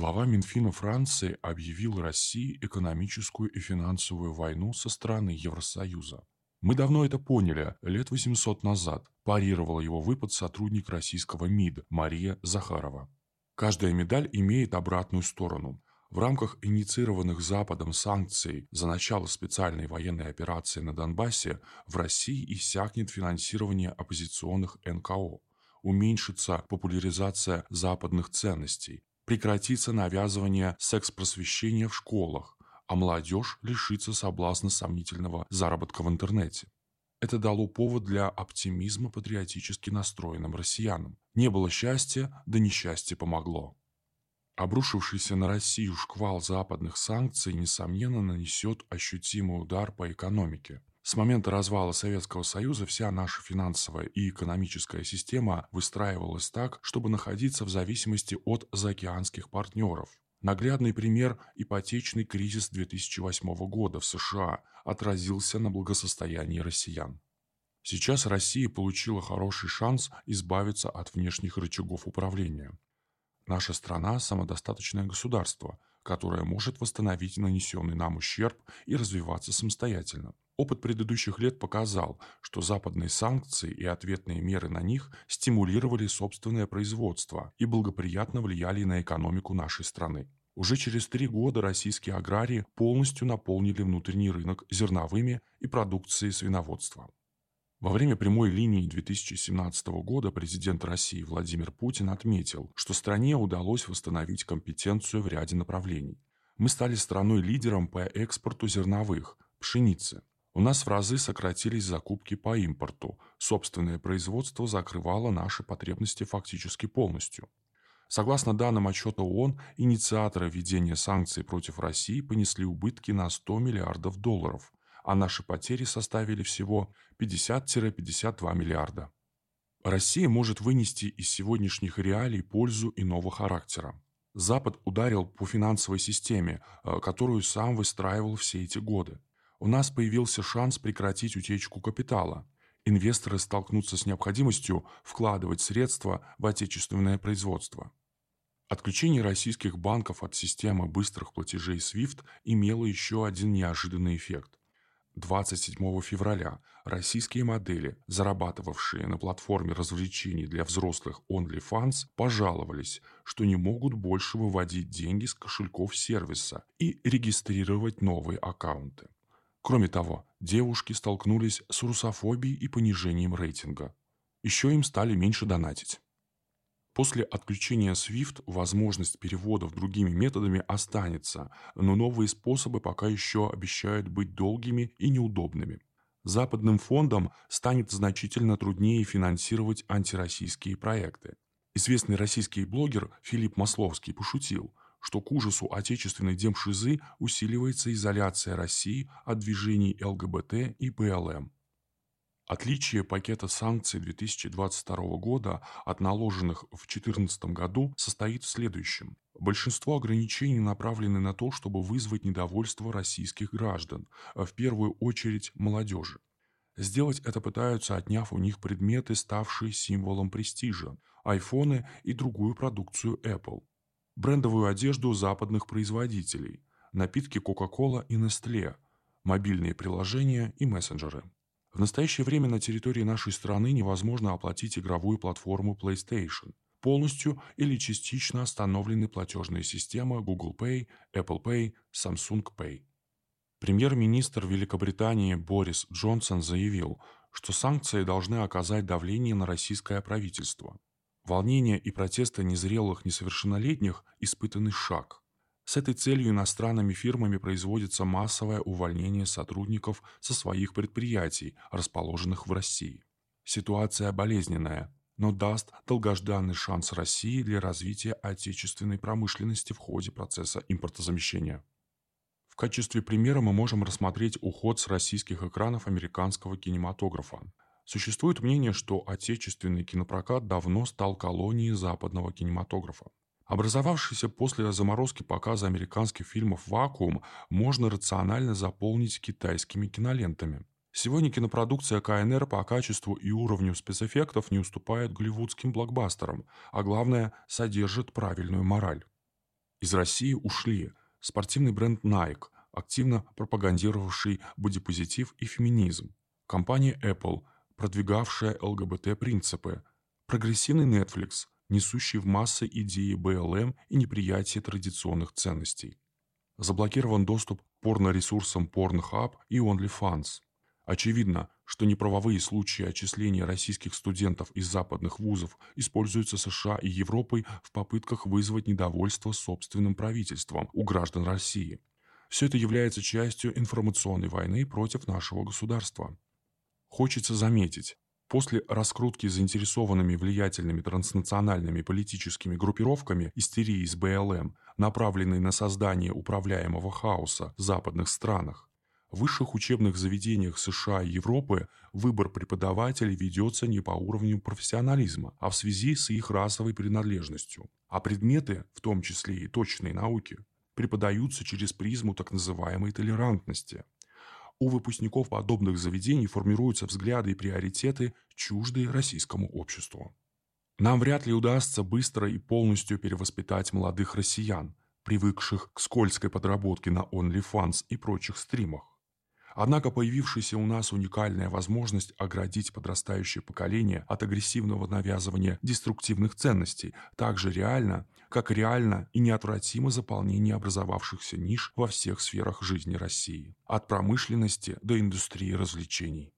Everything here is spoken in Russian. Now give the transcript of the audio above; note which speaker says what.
Speaker 1: Глава Минфина Франции объявил России экономическую и финансовую войну со стороны Евросоюза. Мы давно это поняли, лет 800 назад, парировала его выпад сотрудник российского МИД Мария Захарова. Каждая медаль имеет обратную сторону. В рамках инициированных Западом санкций за начало специальной военной операции на Донбассе в России иссякнет финансирование оппозиционных НКО, уменьшится популяризация западных ценностей, прекратится навязывание секс-просвещения в школах, а молодежь лишится соблазна сомнительного заработка в интернете. Это дало повод для оптимизма патриотически настроенным россиянам. Не было счастья, да несчастье помогло. Обрушившийся на Россию шквал западных санкций, несомненно, нанесет ощутимый удар по экономике. С момента развала Советского Союза вся наша финансовая и экономическая система выстраивалась так, чтобы находиться в зависимости от заокеанских партнеров. Наглядный пример – ипотечный кризис 2008 года в США отразился на благосостоянии россиян. Сейчас Россия получила хороший шанс избавиться от внешних рычагов управления. Наша страна – самодостаточное государство, которое может восстановить нанесенный нам ущерб и развиваться самостоятельно. Опыт предыдущих лет показал, что западные санкции и ответные меры на них стимулировали собственное производство и благоприятно влияли на экономику нашей страны. Уже через 3 года российские аграрии полностью наполнили внутренний рынок зерновыми и продукцией свиноводства. Во время прямой линии 2017 года президент России Владимир Путин отметил, что стране удалось восстановить компетенцию в ряде направлений. Мы стали страной-лидером по экспорту зерновых, пшеницы. У нас в разы сократились закупки по импорту, собственное производство закрывало наши потребности фактически полностью. Согласно данным отчета ООН, инициаторы введения санкций против России понесли убытки на $100 миллиардов, а наши потери составили всего 50-52 миллиарда. Россия может вынести из сегодняшних реалий пользу иного характера. Запад ударил по финансовой системе, которую сам выстраивал все эти годы. У нас появился шанс прекратить утечку капитала. Инвесторы столкнутся с необходимостью вкладывать средства в отечественное производство. Отключение российских банков от системы быстрых платежей SWIFT имело еще один неожиданный эффект. 27 февраля российские модели, зарабатывавшие на платформе развлечений для взрослых OnlyFans, пожаловались, что не могут больше выводить деньги с кошельков сервиса и регистрировать новые аккаунты. Кроме того, девушки столкнулись с русофобией и понижением рейтинга. Еще им стали меньше донатить. После отключения SWIFT возможность переводов другими методами останется, но новые способы пока еще обещают быть долгими и неудобными. Западным фондам станет значительно труднее финансировать антироссийские проекты. Известный российский блогер Филипп Масловский пошутил, что к ужасу отечественной демшизы усиливается изоляция России от движений ЛГБТ и БЛМ. Отличие пакета санкций 2022 года от наложенных в 2014 году состоит в следующем. Большинство ограничений направлены на то, чтобы вызвать недовольство российских граждан, в первую очередь молодежи. Сделать это пытаются, отняв у них предметы, ставшие символом престижа – айфоны и другую продукцию Apple, брендовую одежду западных производителей, напитки Coca-Cola и Nestlé, мобильные приложения и мессенджеры. В настоящее время на территории нашей страны невозможно оплатить игровую платформу PlayStation. Полностью или частично остановлены платежные системы Google Pay, Apple Pay, Samsung Pay. Премьер-министр Великобритании Борис Джонсон заявил, что санкции должны оказать давление на российское правительство. Волнения и протесты незрелых несовершеннолетних – испытанный шаг. С этой целью иностранными фирмами производится массовое увольнение сотрудников со своих предприятий, расположенных в России. Ситуация болезненная, но даст долгожданный шанс России для развития отечественной промышленности в ходе процесса импортозамещения. В качестве примера мы можем рассмотреть уход с российских экранов американского кинематографа. Существует мнение, что отечественный кинопрокат давно стал колонией западного кинематографа. Образовавшийся после заморозки показа американских фильмов вакуум можно рационально заполнить китайскими кинолентами. Сегодня кинопродукция КНР по качеству и уровню спецэффектов не уступает голливудским блокбастерам, а главное, содержит правильную мораль. Из России ушли спортивный бренд Nike, активно пропагандировавший бодипозитив и феминизм, компания Apple, продвигавшая ЛГБТ-принципы, прогрессивный Netflix, несущий в массы идеи БЛМ и неприятие традиционных ценностей. Заблокирован доступ к порноресурсам Pornhub и OnlyFans. Очевидно, что неправовые случаи отчисления российских студентов из западных вузов используются США и Европой в попытках вызвать недовольство собственным правительством у граждан России. Все это является частью информационной войны против нашего государства. Хочется заметить, после раскрутки заинтересованными влиятельными транснациональными политическими группировками истерии с БЛМ, направленной на создание управляемого хаоса в западных странах, в высших учебных заведениях США и Европы выбор преподавателей ведется не по уровню профессионализма, а в связи с их расовой принадлежностью. А предметы, в том числе и точные науки, преподаются через призму так называемой толерантности. У выпускников подобных заведений формируются взгляды и приоритеты, чуждые российскому обществу. Нам вряд ли удастся быстро и полностью перевоспитать молодых россиян, привыкших к скользкой подработке на OnlyFans и прочих стримах. Однако появившаяся у нас уникальная возможность оградить подрастающее поколение от агрессивного навязывания деструктивных ценностей так же реально, как реально и неотвратимо заполнение образовавшихся ниш во всех сферах жизни России, от промышленности до индустрии развлечений.